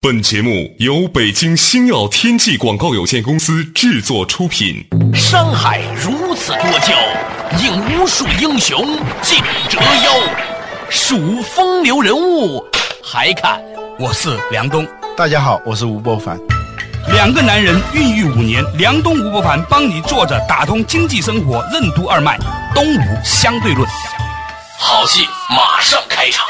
本节目由北京星耀天际广告有限公司制作出品。 山海如此多娇，引无数英雄竞折腰。数风流人物，还看我是梁冬。 大家好，我是吴伯凡。 两个男人孕育5年，梁冬、吴伯凡帮你做着打通经济生活任督二脉，东吴相对论。 好戏马上开场。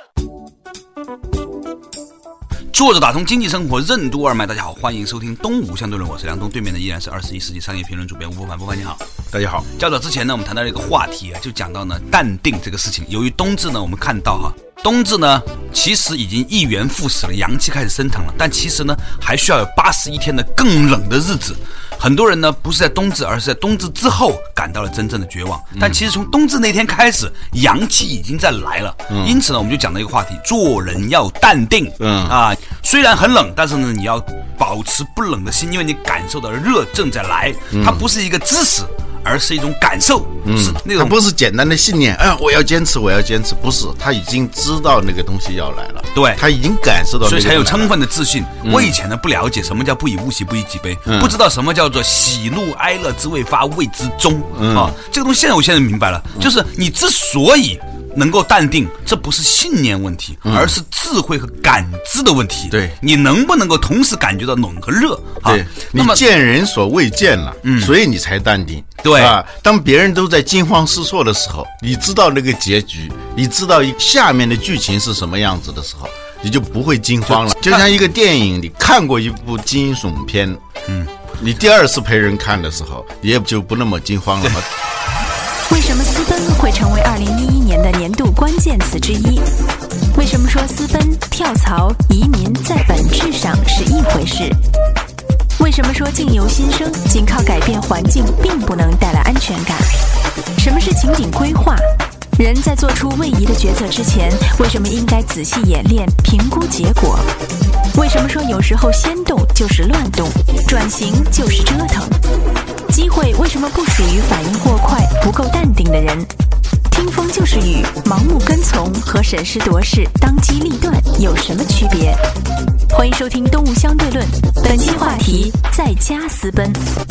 坐着打通经济生活任督二脉，大家好，欢迎收听东吴相对论，我是梁冬，对面的依然是21世纪商业评论主编吴伯凡。伯凡你好。 大家好。 较早之前呢，我们谈到了一个话题就讲到呢淡定这个事情。由于冬至呢，我们看到冬至呢其实已经一元复始了，阳气开始升腾了，但其实呢还需要有81天的更冷的日子。很多人呢不是在冬至，而是在冬至之后感到了真正的绝望。但其实从冬至那天开始，阳气已经在来了。因此呢，我们就讲到一个话题：做人要淡定。虽然很冷，但是呢，你要保持不冷的心，因为你感受到热正在来。它不是一个知识，而是一种感受。是那种， 它不是简单的信念。我要坚持，我要坚持，不是，他已经知道那个东西要来了。 对， 他已经感受到那个东西来了， 所以才有充分的自信。我以前呢不了解什么叫不以物喜，不以己悲，不知道什么叫做喜怒哀乐之未发，谓之中。这个东西我现在明白了，就是你之所以能够淡定，这不是信念问题，而是智慧和感知的问题。 对， 你能不能够同时感觉到冷和热？ 对，你见人所未见了，所以你才淡定。 对当别人都在惊慌失措的时候，你知道那个结局，你知道下面的剧情是什么样子的时候，你就不会惊慌了。就像一个电影，你看过一部惊悚片，你第二次陪人看的时候，你也就不那么惊慌了嘛。 为什么私奔会成为2011年的年度关键词之一？为什么说私奔、跳槽、移民在本质上是一回事？为什么说境由心生，仅靠改变环境并不能带来安全感？什么是情景规划？人在做出位移的决策之前，为什么应该仔细演练、评估结果？为什么说有时候先动就是乱动，转型就是折腾？机会为什么不属于反应过快、不够淡定的人？听风就是雨，盲目跟从和审时度势、当机立断有什么区别？欢迎收听《东吴相对论》，本期话题：在家私奔。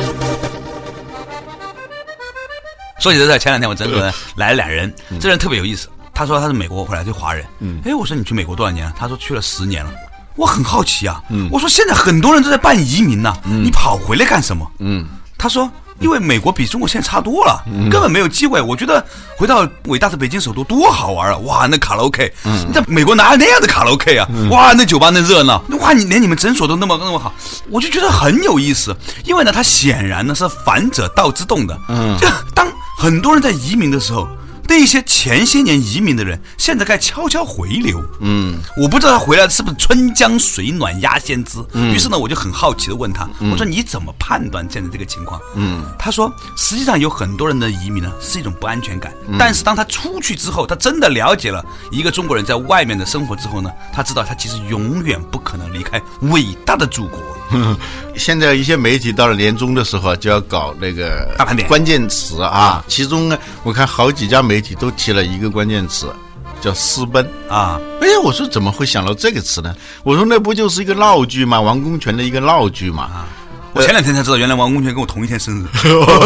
说起这，前两天我诊所来了2人，这人特别有意思。他说他是美国回来，对华人。我说你去美国多少年了？他说去了10年了。我很好奇啊。我说现在很多人都在办移民呢，你跑回来干什么？他说因为美国比中国现在差多了，根本没有机会。我觉得回到伟大的北京首都多好玩啊！哇，那卡拉 OK，你在美国哪有那样的卡拉 OK 啊？哇，那酒吧那热闹，哇，你连你们诊所都那么好，我就觉得很有意思。因为呢，它显然呢是反者道之动的。就当很多人在移民的时候，那些前些年移民的人，现在该悄悄回流。我不知道他回来是不是春江水暖鸭先知。于是呢，我就很好奇的问他，我说你怎么判断现在这个情况？他说实际上有很多人的移民呢是一种不安全感，但是当他出去之后，他真的了解了一个中国人在外面的生活之后呢，他知道他其实永远不可能离开伟大的祖国。 现在一些媒体到了年终的时候就要搞那个大盘点关键词其中呢，我看好几家媒体都提了一个关键词，叫私奔啊。我说怎么会想到这个词呢？我说那不就是一个闹剧吗？王功权的一个闹剧嘛。 我前2天才知道，原来王功权跟我同一天生日。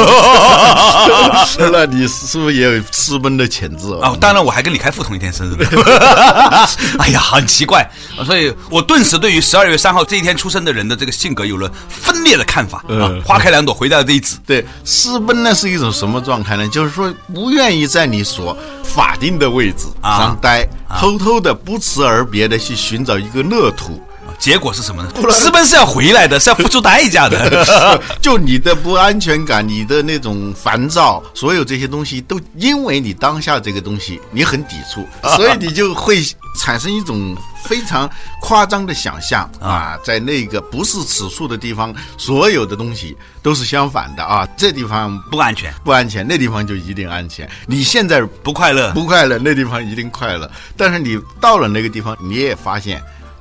那你是不是也有私奔的潜质当然，我还跟李开复同一天生日。哎呀，很奇怪，所以我顿时对于12月3号这一天出生的人的这个性格有了分裂的看法。花开两朵，回到这一枝。 对，私奔呢是一种什么状态呢？就是说不愿意在你所法定的位置上待，偷偷的不辞而别的去寻找一个乐土。 结果是什么呢？私奔是要回来的，是要付出代价的。 就你的不安全感，你的那种烦躁，所有这些东西都因为你当下这个东西你很抵触，所以你就会产生一种非常夸张的想象在那个不是此处的地方，所有的东西都是相反的这地方不安全， 那地方就一定安全。你现在不快乐， 那地方一定快乐。但是你到了那个地方，你也发现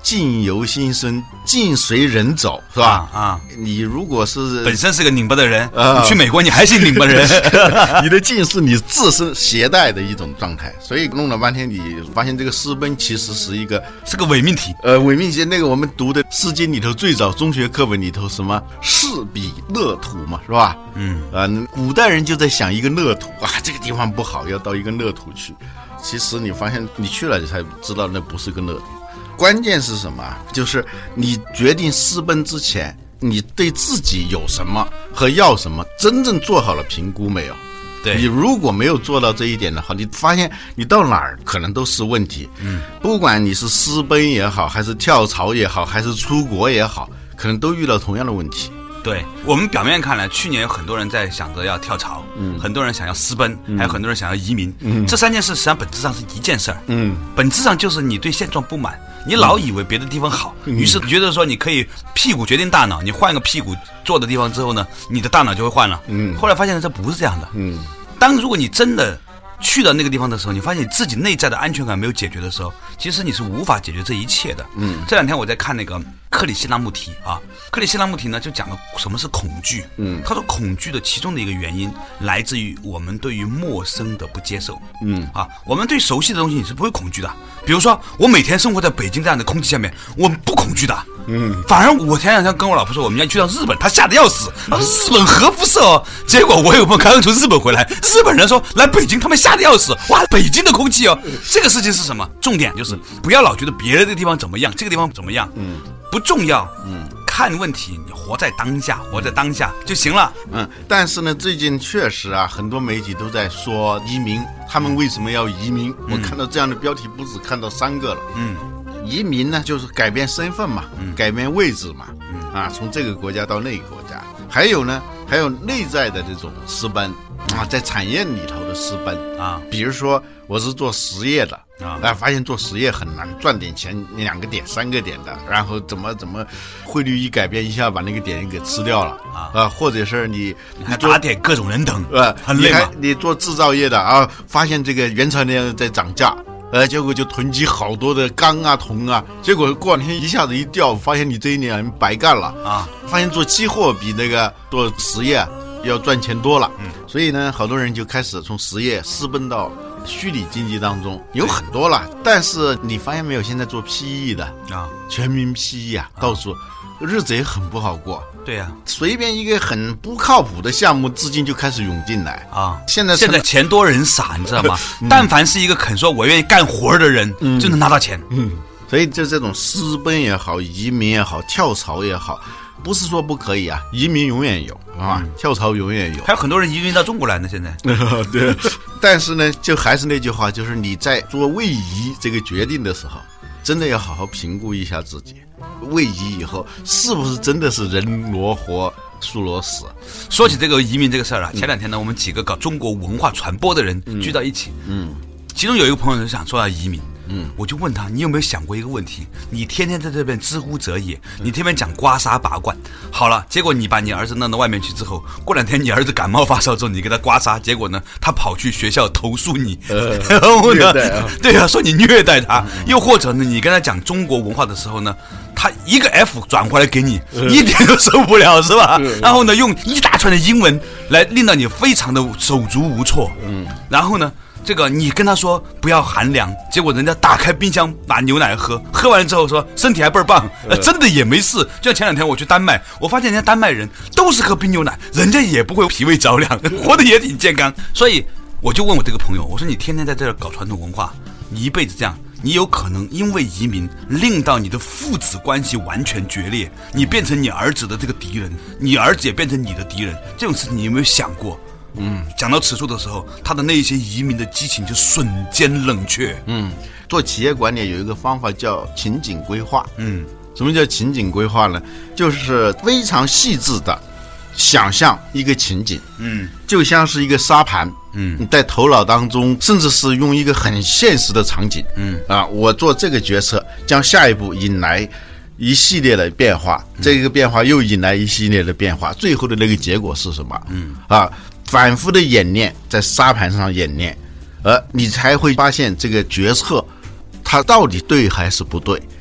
境由心生，境随人走，是吧？ 啊， 你如果是本身是个拧巴的人，你去美国你还是拧巴人， 你的境是你自身携带的一种状态，所以弄了半天，你发现这个私奔其实是个伪命题。 伪命题。那个我们读的《诗经》里头最早中学课本里头什么士比乐土嘛，是吧？古代人就在想一个乐土啊，这个地方不好，要到一个乐土去。其实你发现你去了，你才知道那不是个乐土。关键是什么？就是你决定私奔之前，你对自己有什么和要什么真正做好了评估没有？ 对， 你如果没有做到这一点的话，你发现你到哪儿可能都是问题。不管你是私奔也好，还是跳槽也好，还是出国也好，可能都遇到同样的问题。 对，我们表面看来，去年有很多人在想着要跳槽，很多人想要私奔，还有很多人想要移民。这3件事实际上本质上是一件事儿。本质上就是你对现状不满，你老以为别的地方好，于是觉得说你可以屁股决定大脑，你换个屁股坐的地方之后呢，你的大脑就会换了。后来发现这不是这样的。如果你真的去到那个地方的时候，你发现你自己内在的安全感没有解决的时候，其实你是无法解决这一切的。这2天我在看那个克里希那穆提啊，克里希那穆提呢就讲了什么是恐惧。他说恐惧的其中的一个原因来自于我们对于陌生的不接受。我们对熟悉的东西你是不会恐惧的。比如说我每天生活在北京这样的空气下面，我不恐惧的。反而我前2天跟我老婆说我们要去到日本，她吓得要死，她说日本核辐射哦。结果我有朋友刚刚从日本回来，日本人说来北京他们吓得要死，哇，北京的空气哦。这个事情是什么？重点就是不要老觉得别的地方怎么样，这个地方怎么样，不重要。看问题你活在当下就行了。 但是呢，最近确实啊，很多媒体都在说移民，他们为什么要移民？我看到这样的标题不止看到3个了。移民呢就是改变身份嘛，改变位置嘛，从这个国家到那个国家。还有内在的这种私奔在产业里头的私奔比如说我是做实业的发现做实业很难赚点钱，2个点3个点的，然后怎么汇率一改变一下把那个点给吃掉了或者是你还打点各种人等很累嘛。 你做制造业的发现这个原材料在涨价。结果就囤积好多的钢啊铜啊，结果过2天一下子一掉，发现你这1年白干了发现做期货比那个做实业要赚钱多了。所以呢，好多人就开始从实业私奔到虚拟经济当中，有很多了。但是你发现没有，现在做 PE 的全民 PE 到处日子也很不好过。 对呀， 随便一个很不靠谱的项目，资金就开始涌进来现在钱多人傻，你知道吗？但凡是一个肯说我愿意干活的人，就能拿到钱。 所以就这种私奔也好，移民也好，跳槽也好，不是说不可以移民永远有跳槽永远有。 还有很多人移民到中国来呢，现在对。但是呢，就还是那句话，就是你在做位移这个决定的时候，真的要好好评估一下自己，位移以后是不是真的是人挪活树挪死。 说起这个移民这个事儿前2天呢，我们几个搞中国文化传播的人聚到一起，其中有一个朋友就想说要移民，我就问他，你有没有想过一个问题？你天天在这边知乎者也，你天天讲刮痧拔罐，好了，结果你把你儿子弄到外面去之后，过2天你儿子感冒发烧之后，你给他刮痧，结果呢，他跑去学校投诉你，然后呢，对说你虐待他，又或者呢，你跟他讲中国文化的时候呢，他一个 F 转回来给你，一点都受不了，是吧？然后呢，用一大串的英文来令到你非常的手足无措，然后呢，这个你跟他说不要寒凉，结果人家打开冰箱拿牛奶喝完之后说身体还倍儿棒，真的也没事。就像前2天我去丹麦，我发现人家丹麦人都是喝冰牛奶，人家也不会脾胃着凉，活得也挺健康。所以我就问我这个朋友，我说你天天在这儿搞传统文化，你一辈子这样，你有可能因为移民令到你的父子关系完全决裂，你变成你儿子的这个敌人，你儿子也变成你的敌人，这种事情你有没有想过？讲到此处的时候，他的那一些移民的激情就瞬间冷却。 做企业管理有一个方法叫情景规划。什么叫情景规划呢？就是非常细致的想象一个情景，就像是一个沙盘，你在头脑当中，甚至是用一个很现实的场景，我做这个决策将下一步引来一系列的变化，这个变化又引来一系列的变化，最后的那个结果是什么？反复的演练，在沙盘上演练，你才会发现这个决策它到底对还是不对。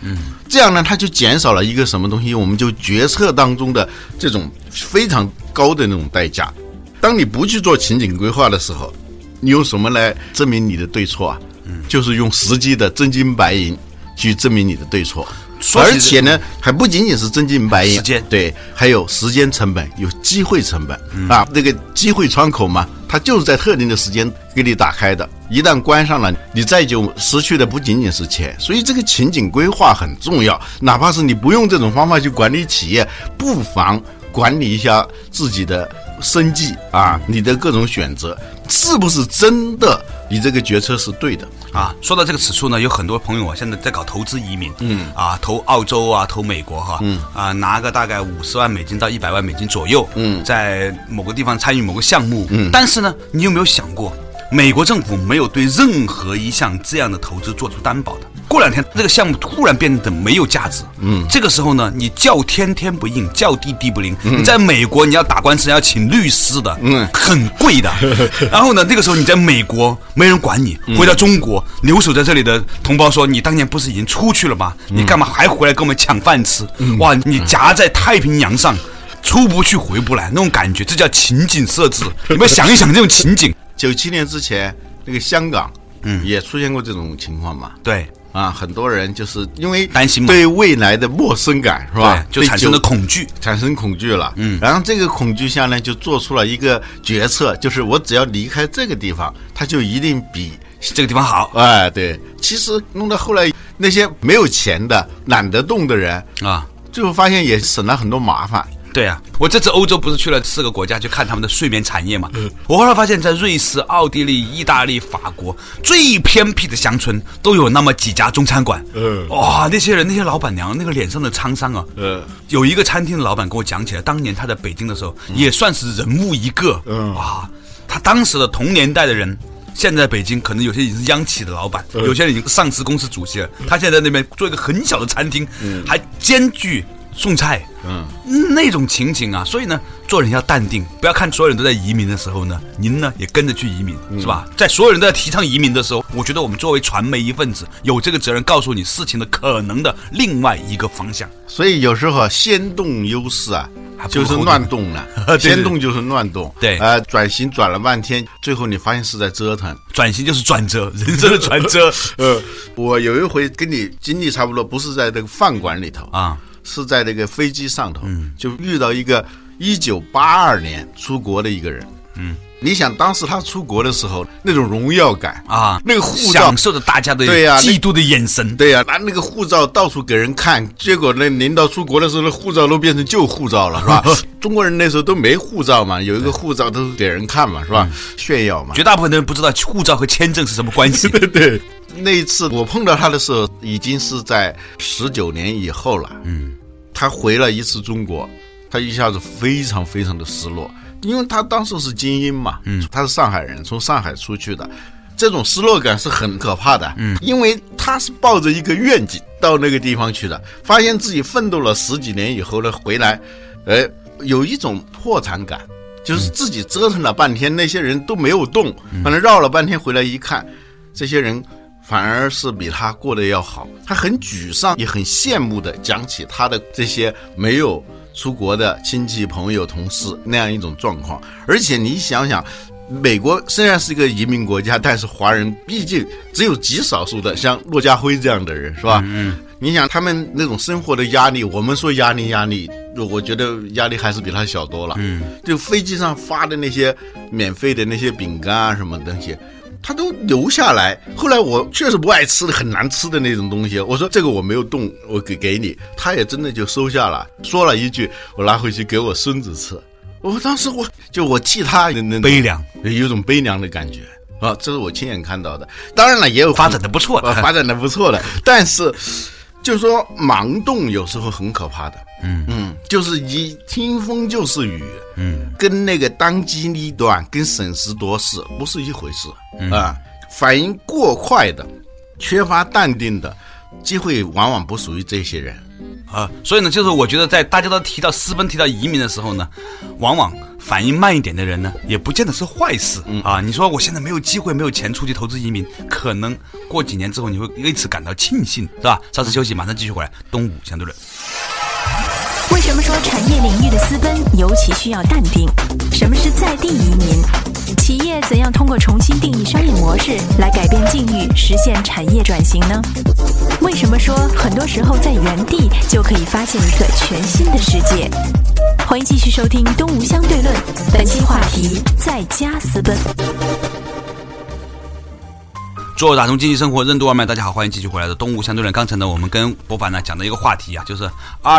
这样呢，它就减少了一个什么东西？我们就决策当中的这种非常高的那种代价。当你不去做情景规划的时候，你用什么来证明你的对错啊？就是用实际的真金白银去证明你的对错。而且呢，还不仅仅是真金白银， 时间， 对，还有时间成本，有机会成本、啊，这个机会窗口嘛，它就是在特定的时间给你打开的，一旦关上了，你再就失去的不仅仅是钱，所以这个情景规划很重要。哪怕是你不用这种方法去管理企业，不妨管理一下自己的生计啊，你的各种选择是不是真的你这个决策是对的啊？说到这个此处呢，有很多朋友啊，现在在搞投资移民，投澳洲啊，投美国哈，拿个大概50万美金到100万美金左右，在某个地方参与某个项目，但是呢，你有没有想过，美国政府没有对任何一项这样的投资做出担保的？过2天这个项目突然变得没有价值，这个时候呢，你叫天天不应，叫地地不灵。你在美国你要打官司要请律师的，很贵的。然后呢，那个时候你在美国没人管你，回到中国留守在这里的同胞说，你当年不是已经出去了吗？你干嘛还回来跟我们抢饭吃？哇，你夹在太平洋上，出不去回不来，那种感觉，这叫情景设置。你们想一想这种情景。 97年之前，那个香港，也出现过这种情况嘛？ 对。 啊，很多人就是因为担心嘛， 对未来的陌生感是吧？ 就产生了恐惧， 产生恐惧了。然后这个恐惧下呢，就做出了一个决策，就是我只要离开这个地方，它就一定比这个地方好。 哎，对。其实弄到后来，那些没有钱的、懒得动的人啊，最后发现也省了很多麻烦。 对啊，我这次欧洲不是去了4个国家去看他们的睡眠产业嘛？我后来发现，在瑞士、奥地利、意大利、法国最偏僻的乡村都有那么几家中餐馆。哇，那些人、那些老板娘那个脸上的沧桑啊！有一个餐厅的老板跟我讲起来，当年他在北京的时候也算是人物一个。哇，他当时的同年代的人。现在北京可能有些已经是央企的老板，有些人已经是上市公司主席了。他现在在那边做一个很小的餐厅，还兼具送菜，那种情景啊，所以呢，做人要淡定，不要看所有人都在移民的时候呢，您呢也跟着去移民，是吧？在所有人都在提倡移民的时候，我觉得我们作为传媒一份子，有这个责任告诉你事情的可能的另外一个方向。 所以有时候先动优势啊，就是乱动了，先动就是乱动。 对， 转型转了半天，最后你发现是在折腾。 转型就是转折，人生的转折。 我有一回跟你经历差不多，不是在这个饭馆里头啊。是在那个飞机上头，就遇到一个1982年出国的一个人，你想当时他出国的时候那种荣耀感啊，那个护照享受着大家的嫉妒的眼神， 对呀，拿那个护照到处给人看，结果那领导出国的时候，那护照都变成旧护照了，是吧？中国人那时候都没护照嘛，有一个护照都是给人看嘛，是吧？炫耀嘛。 绝大部分的人不知道护照和签证是什么关系。 对。那一次我碰到他的时候，已经是在19年以后了。他回了一次中国，他一下子非常非常的失落，因为他当时是精英嘛，他是上海人，从上海出去的，这种失落感是很可怕的。因为他是抱着一个愿景到那个地方去的，发现自己奋斗了10几年以后呢，回来，有一种破产感。就是自己折腾了半天，那些人都没有动，反正绕了半天回来一看，这些人反而是比他过得要好，他很沮丧，也很羡慕的讲起他的这些没有出国的亲戚朋友同事那样一种状况。而且你想想，美国虽然是一个移民国家，但是华人毕竟只有极少数的像骆家辉这样的人，是吧？你想他们那种生活的压力，我们说压力，我觉得压力还是比他小多了。就飞机上发的那些免费的那些饼干啊什么东西，他都留下来。后来我确实不爱吃的很难吃的那种东西，我说这个我没有动，我给你，他也真的就收下了，说了一句我拿回去给我孙子吃。我当时我替他悲凉， 有种悲凉的感觉啊，这是我亲眼看到的。当然了，也有发展的不错的，但是就是说盲动有时候很可怕的。就是一听风就是雨，跟那个当机立断跟审时度势不是一回事啊。反应过快的，缺乏淡定的，机会往往不属于这些人。 所以呢，就是我觉得在大家都提到私奔、提到移民的时候呢，往往反应慢一点的人呢，也不见得是坏事啊。你说我现在没有机会、没有钱出去投资移民，可能过几年之后你会为此感到庆幸，是吧？稍事休息，马上继续回来。东吴相对论。 为什么说产业领域的私奔尤其需要淡定？什么是在地移民？企业怎样通过重新定义商业模式来改变境遇，实现产业转型呢？为什么说很多时候在原地就可以发现一个全新的世界？欢迎继续收听《东吴相对论》，本期话题：在家私奔。 做打通经济生活任督二脉，大家好，欢迎继续回来的东吴相对论。刚才呢，我们跟博凡呢讲的一个话题啊，就是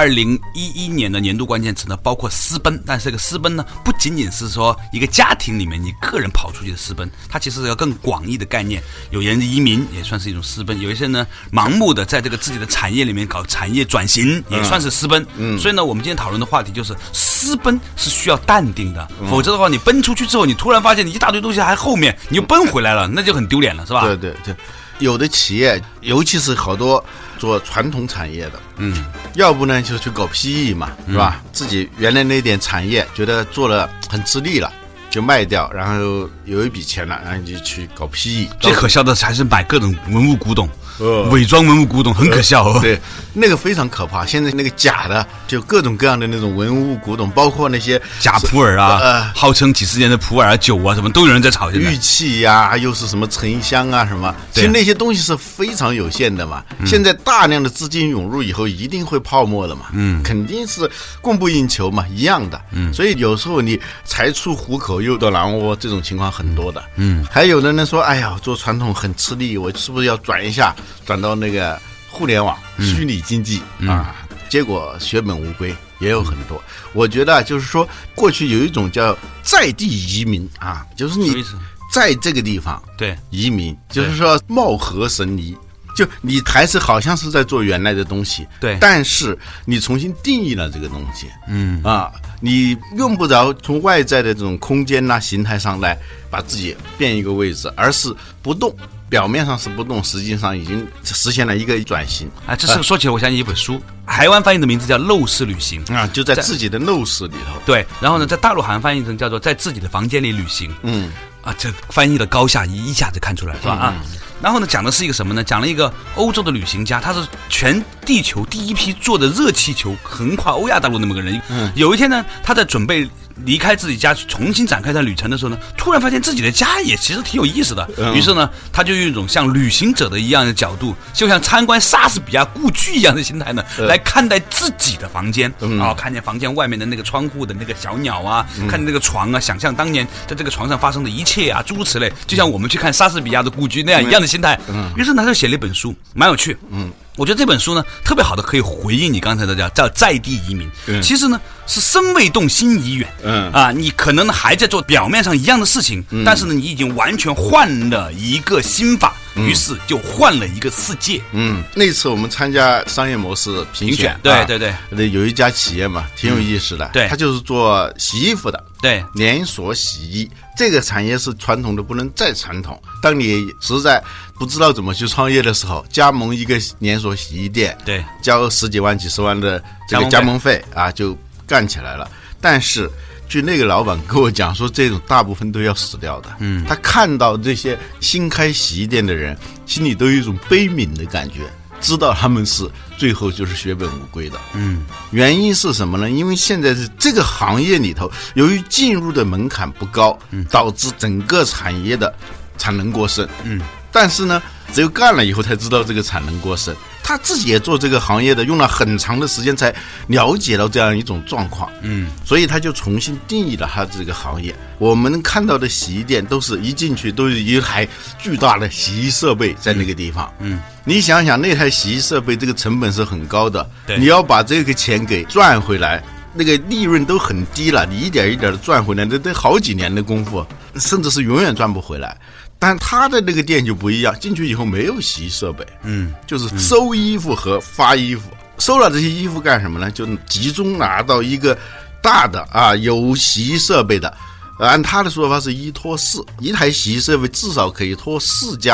2011年的年度关键词呢，包括私奔。但是这个私奔呢，不仅仅是说一个家庭里面你个人跑出去的私奔，它其实是一个更广义的概念。有人移民也算是一种私奔，有一些人呢盲目的在这个自己的产业里面搞产业转型，也算是私奔。所以呢，我们今天讨论的话题就是私奔是需要淡定的，否则的话，你奔出去之后，你突然发现你一大堆东西还后面，你就奔回来了，那就很丢脸了，是吧？ 对，有的企业，尤其是好多做传统产业的，要不呢就去搞 PE 嘛，是吧？自己原来那点产业觉得做了很吃力了，就卖掉，然后有一笔钱了，然后就去搞 PE。 最可笑的还是买各种文物古董，伪装文物古董很可笑。 对，那个非常可怕。现在那个假的，就各种各样的那种文物古董，包括那些假普洱啊，号称几十年的普洱酒啊，什么都有人在炒。 玉器呀，又是什么沉香啊什么，其实那些东西是非常有限的嘛。现在大量的资金涌入以后，一定会泡沫的嘛。肯定是供不应求嘛，一样的。所以有时候你才出虎口又到狼窝，这种情况很多的。还有的人说，哎呀，做传统很吃力，我是不是要转一下，转到那个互联网、虚拟经济啊？结果血本无归，也有很多。我觉得就是说，过去有一种叫在地移民啊，就是你在这个地方移民，就是说貌合神离。就你还是好像是在做原来的东西，对，但是你重新定义了这个东西，你用不着从外在的这种空间呐、形态上来把自己变一个位置，而是不动，表面上是不动，实际上已经实现了一个转型。 这是说起来，我想起一本书，台湾翻译的名字叫《陋室旅行》 啊，就在自己的陋室里头。 对，然后呢，在大陆好像翻译成叫做在自己的房间里旅行。这翻译的高下一下子看出来，是吧？然后呢，讲的是一个什么呢？讲了一个欧洲的旅行家，他是全地球第一批坐的热气球横跨欧亚大陆那么个人。有一天呢，他在准备离开自己家重新展开他旅程的时候呢，突然发现自己的家也其实挺有意思的。于是呢，他就用一种像旅行者的一样的角度，就像参观莎士比亚故居一样的心态呢，来看待自己的房间。看见房间外面的那个窗户的那个小鸟啊，看见那个床啊，想象当年在这个床上发生的一切啊，诸如此类，就像我们去看莎士比亚的故居那样一样的心态。于是他就写了一本书，蛮有趣。我觉得这本书呢特别好的可以回应你刚才的叫在地移民。其实呢是身未动心已远。你可能还在做表面上一样的事情，但是呢你已经完全换了一个心法，于是就换了一个世界。 那次我们参加商业模式评选，对，有一家企业嘛，挺有意思的。他就是做洗衣服的，连锁洗衣。这个产业是传统的不能再传统。当你实在不知道怎么去创业的时候，加盟一个连锁洗衣店，交10几万、几10万的这个加盟费啊，就干起来了。但是据那个老板跟我讲说，这种大部分都要死掉的。他看到这些新开洗衣店的人，心里都有一种悲悯的感觉，知道他们是最后就是血本无归的。原因是什么呢？因为现在是这个行业里头，由于进入的门槛不高，导致整个产业的产能过剩。但是呢，只有干了以后才知道这个产能过剩。他自己也做这个行业的，用了很长的时间才了解到这样一种状况。所以他就重新定义了他这个行业。我们看到的洗衣店都是一进去都是一台巨大的洗衣设备在那个地方。你想想，那台洗衣设备这个成本是很高的，你要把这个钱给赚回来，那个利润都很低了，你一点一点的赚回来，那得好几年的功夫，甚至是永远赚不回来。但他的那个店就不一样，进去以后没有洗衣设备，就是收衣服和发衣服。收了这些衣服干什么呢？就集中拿到一个大的有洗衣设备的，按他的说法是1拖4，一台洗衣设备至少可以拖4家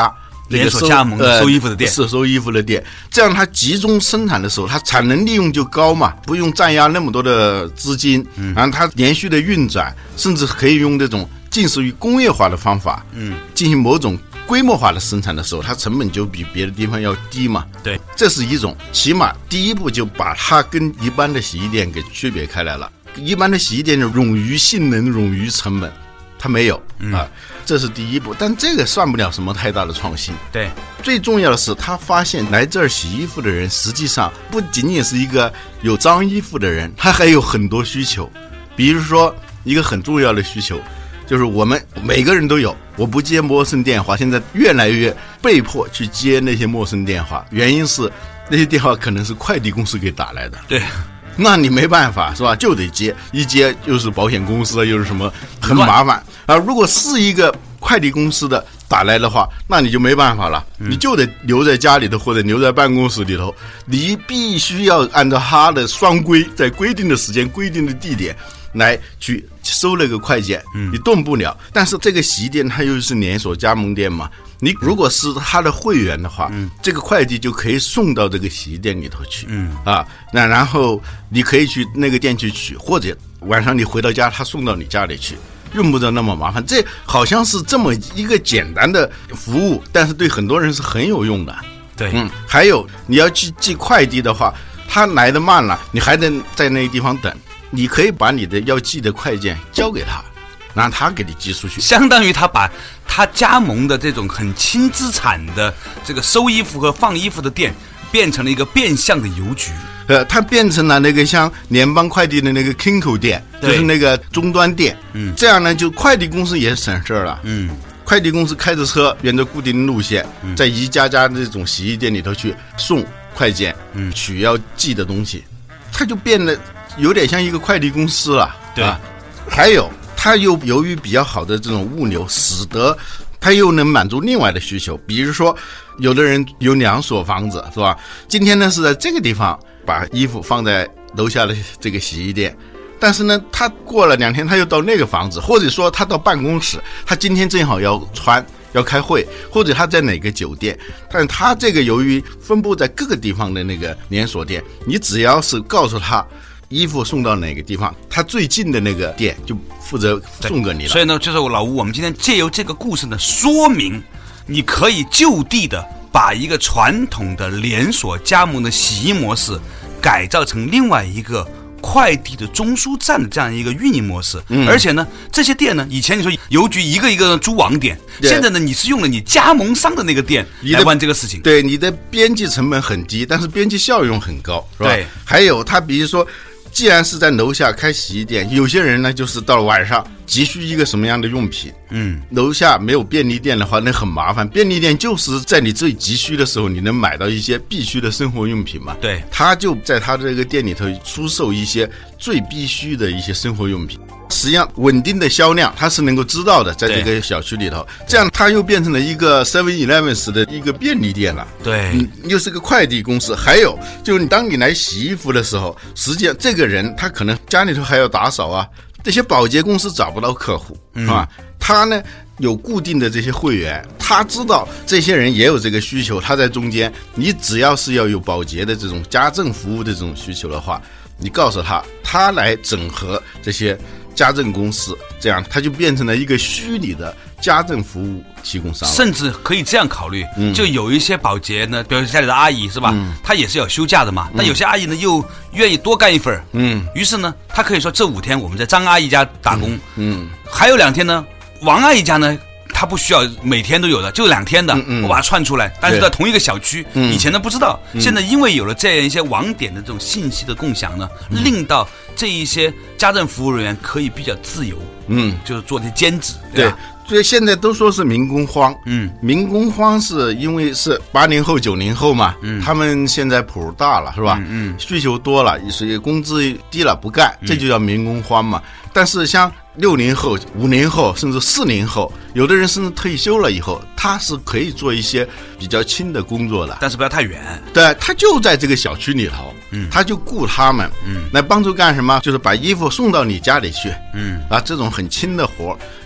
连锁加盟的收衣服的店， 收衣服的店，这样它集中生产的时候，它产能利用就高嘛，不用占压那么多的资金，然后它连续的运转，甚至可以用这种近似于工业化的方法，进行某种规模化的生产的时候，它成本就比别的地方要低嘛。 对， 这是一种，起码第一步就把它跟一般的洗衣店给区别开来了。一般的洗衣店就冗余性能、冗余成本，它没有啊，这是第一步。但这个算不了什么太大的创新。 对， 最重要的是，他发现来这儿洗衣服的人，实际上不仅仅是一个有脏衣服的人，他还有很多需求。比如说，一个很重要的需求，就是我们每个人都有，我不接陌生电话，现在越来越被迫去接那些陌生电话，原因是那些电话可能是快递公司给打来的。 对。 那你没办法是吧？就得接，一接又是保险公司，又是什么，很麻烦啊。如果是一个快递公司的打来的话，那你就没办法了，你就得留在家里头或者留在办公室里头，你必须要按照他的双规，在规定的时间、规定的地点来去收那个快件，你动不了。但是这个洗衣店它又是连锁加盟店嘛，你如果是他的会员的话，这个快递就可以送到这个洗衣店里头去，那然后你可以去那个店去取，或者晚上你回到家，他送到你家里去，用不着那么麻烦。这好像是这么一个简单的服务，但是对很多人是很有用的。 对， 还有你要去寄快递的话，他来得慢了，你还得在那个地方等，你可以把你的要寄的快件交给他，让他给你寄出去， 相当于他把他加盟的这种很轻资产的这个收衣服和放衣服的店，变成了一个变相的邮局。 它变成了那个像联邦快递的那个 Kinko 店，就是那个终端店。这样呢，就快递公司也省事了。快递公司开着车，沿着固定的路线，在一家家这种洗衣店里头去送快件，取要寄的东西，它就变得有点像一个快递公司了。 对， 还有它又由于比较好的这种物流，使得它又能满足另外的需求。比如说，有的人有2所房子，是吧？今天呢是在这个地方把衣服放在楼下的这个洗衣店，但是呢，他过了2天他又到那个房子，或者说他到办公室，他今天正好要开会，或者他在哪个酒店，但他这个由于分布在各个地方的那个连锁店，你只要是告诉他衣服送到哪个地方，他最近的那个店就负责送给你了。 所以呢，就是老吴，我们今天借由这个故事呢，说明你可以就地的把一个传统的连锁加盟的洗衣模式改造成另外一个快递的中枢站的这样一个运营模式。而且呢，这些店呢，以前你说邮局一个一个租网点，现在呢，你是用了你加盟商的那个店来玩这个事情。 对，你的边际成本很低，但是边际效用很高，是吧？对。还有他比如说，既然是在楼下开洗衣店，有些人呢就是到了晚上急需一个什么样的用品，楼下没有便利店的话，那很麻烦。便利店就是在你最急需的时候，你能买到一些必须的生活用品嘛？ 对， 他就在他这个店里头出售一些最必须的一些生活用品。实际上，稳定的销量他是能够知道的，在这个小区里头，这样他又变成了一个 7-Eleven 的一个便利店了。 对， 又是个快递公司。还有，就是当你来洗衣服的时候，实际上这个人他可能家里头还要打扫啊，这些保洁公司找不到客户，是吧？他呢有固定的这些会员，他知道这些人也有这个需求，他在中间，你只要是要有保洁的这种家政服务的这种需求的话，你告诉他，他来整合这些家政公司，这样他就变成了一个虚拟的家政服务提供商了。 甚至可以这样考虑，就有一些保洁呢，比如家里的阿姨是吧，她也是要休假的嘛，但有些阿姨呢又愿意多干一份，于是呢，她可以说这5天我们在张阿姨家打工，还有2天呢，王阿姨家呢，她不需要每天都有的，就2天的，我把它串出来，但是在同一个小区，以前呢不知道，现在因为有了这样一些网点的这种信息的共享呢，令到这一些家政服务人员可以比较自由，就是做这些兼职，对吧？ 所以现在都说是民工荒，民工荒是因为是80后、90后嘛，他们现在谱大了，是吧？需求多了，所以工资低了不干，这就叫民工荒嘛。但是像60后、50后，甚至40后，有的人甚至退休了以后，他是可以做一些比较轻的工作的， 但是不要太远。 对，他就在这个小区里头，他就雇他们，来帮助干什么？就是把衣服送到你家里去，这种很轻的活。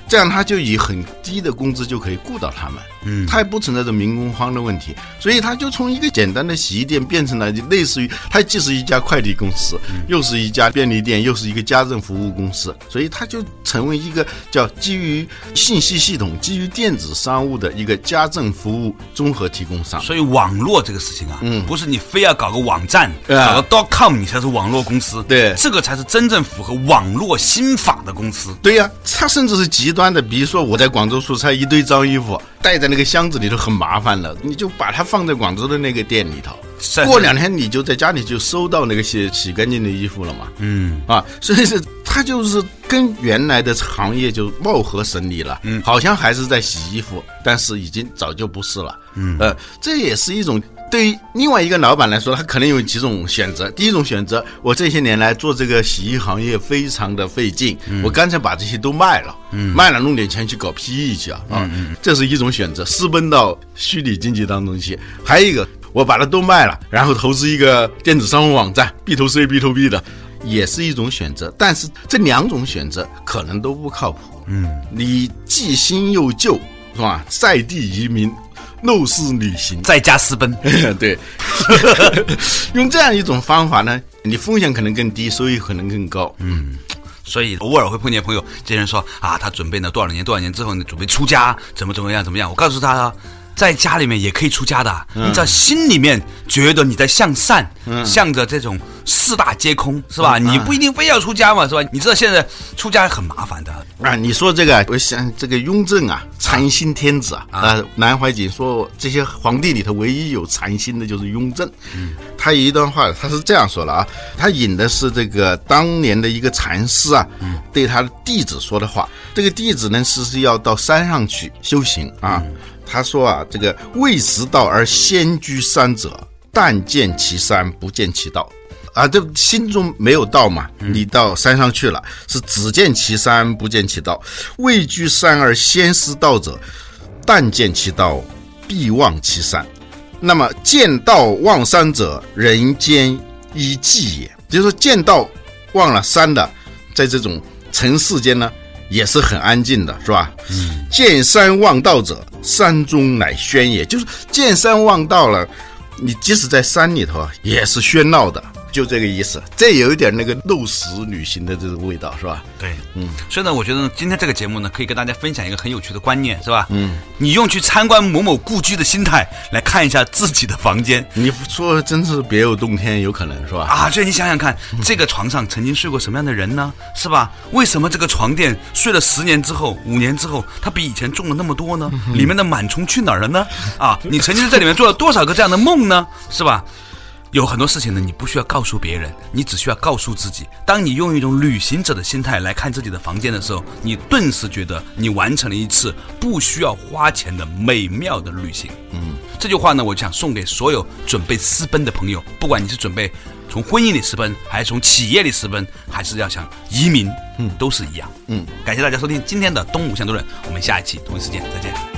这样他就以很低的工资就可以雇到他们，他也不存在着民工荒的问题，所以他就从一个简单的洗衣店变成了类似于，它既是一家快递公司，又是一家便利店，又是一个家政服务公司，所以它就成为一个叫基于信息系统、基于电子商务的一个家政服务综合提供商。 所以网络这个事情啊，不是你非要搞个网站，搞个 .com 你才是网络公司， 对， 这个才是真正符合网络新法的公司。 对呀，它甚至是极端的，比如说我在广州出差，一堆脏衣服带在那个箱子里头很麻烦了，你就把它放在广州的那个店里头，过2天你就在家里就收到那个洗干净的衣服了嘛。所以是它就是跟原来的行业就貌合神离了，好像还是在洗衣服，但是已经早就不是了。这也是一种对于另外一个老板来说，他可能有几种选择。第一种选择，我这些年来做这个洗衣行业非常的费劲，我干脆把这些都卖了，卖了弄点钱去搞 PE 去这是一种选择，私奔到虚拟经济当中去。还有一个，我把它都卖了，然后投资一个电子商务网站 B2C、B2B 的，也是一种选择。但是这2种选择可能都不靠谱。你既新又旧，是吧？在地移民，陋室旅行， 在家私奔。 对，用这样一种方法呢，你风险可能更低，收益可能更高。 所以偶尔会碰见朋友，这些人说啊，他准备呢多少年之后呢，准备出家，怎么样。我告诉他，在家里面也可以出家的，你只要心里面觉得你在向善，向着这种四大皆空，是吧？你不一定非要出家嘛，是吧？你知道现在出家很麻烦的啊。你说这个，我想这个雍正啊，禅心天子啊，南怀瑾说这些皇帝里头唯一有禅心的就是雍正。他有一段话，他是这样说了啊，他引的是这个当年的一个禅师啊，对他的弟子说的话。这个弟子呢是要到山上去修行啊。他说啊，这个未识道而先居山者，但见其山，不见其道。这心中没有道嘛，你到山上去了，是只见其山，不见其道。未居山而先识道者，但见其道，必忘其山。那么见道忘山者，人间一寂也。就是说见道忘了山的，在这种尘世间呢，也是很安静的，是吧？见山忘道者，山中乃喧也。就是见山忘道了，你即使在山里头也是喧闹的，就这个意思。这有一点那个陋室旅行的这个味道，是吧？ 对，所以呢，我觉得今天这个节目呢，可以跟大家分享一个很有趣的观念，是吧？你用去参观某某故居的心态来看一下自己的房间， 你说真是别有洞天，有可能是吧？ 所以你想想看，这个床上曾经睡过什么样的人呢？是吧？为什么这个床垫睡了10年之后、5年之后，它比以前重了那么多呢？里面的螨虫去哪儿了呢？你曾经在这里面做了多少个这样的梦呢？是吧？有很多事情呢，你不需要告诉别人，你只需要告诉自己。当你用一种旅行者的心态来看自己的房间的时候，你顿时觉得你完成了一次不需要花钱的美妙的旅行。这句话呢，我想送给所有准备私奔的朋友，不管你是准备从婚姻里私奔，还是从企业里私奔，还是要想移民，都是一样。感谢大家收听今天的东吴相对论，我们下一期同一时间再见。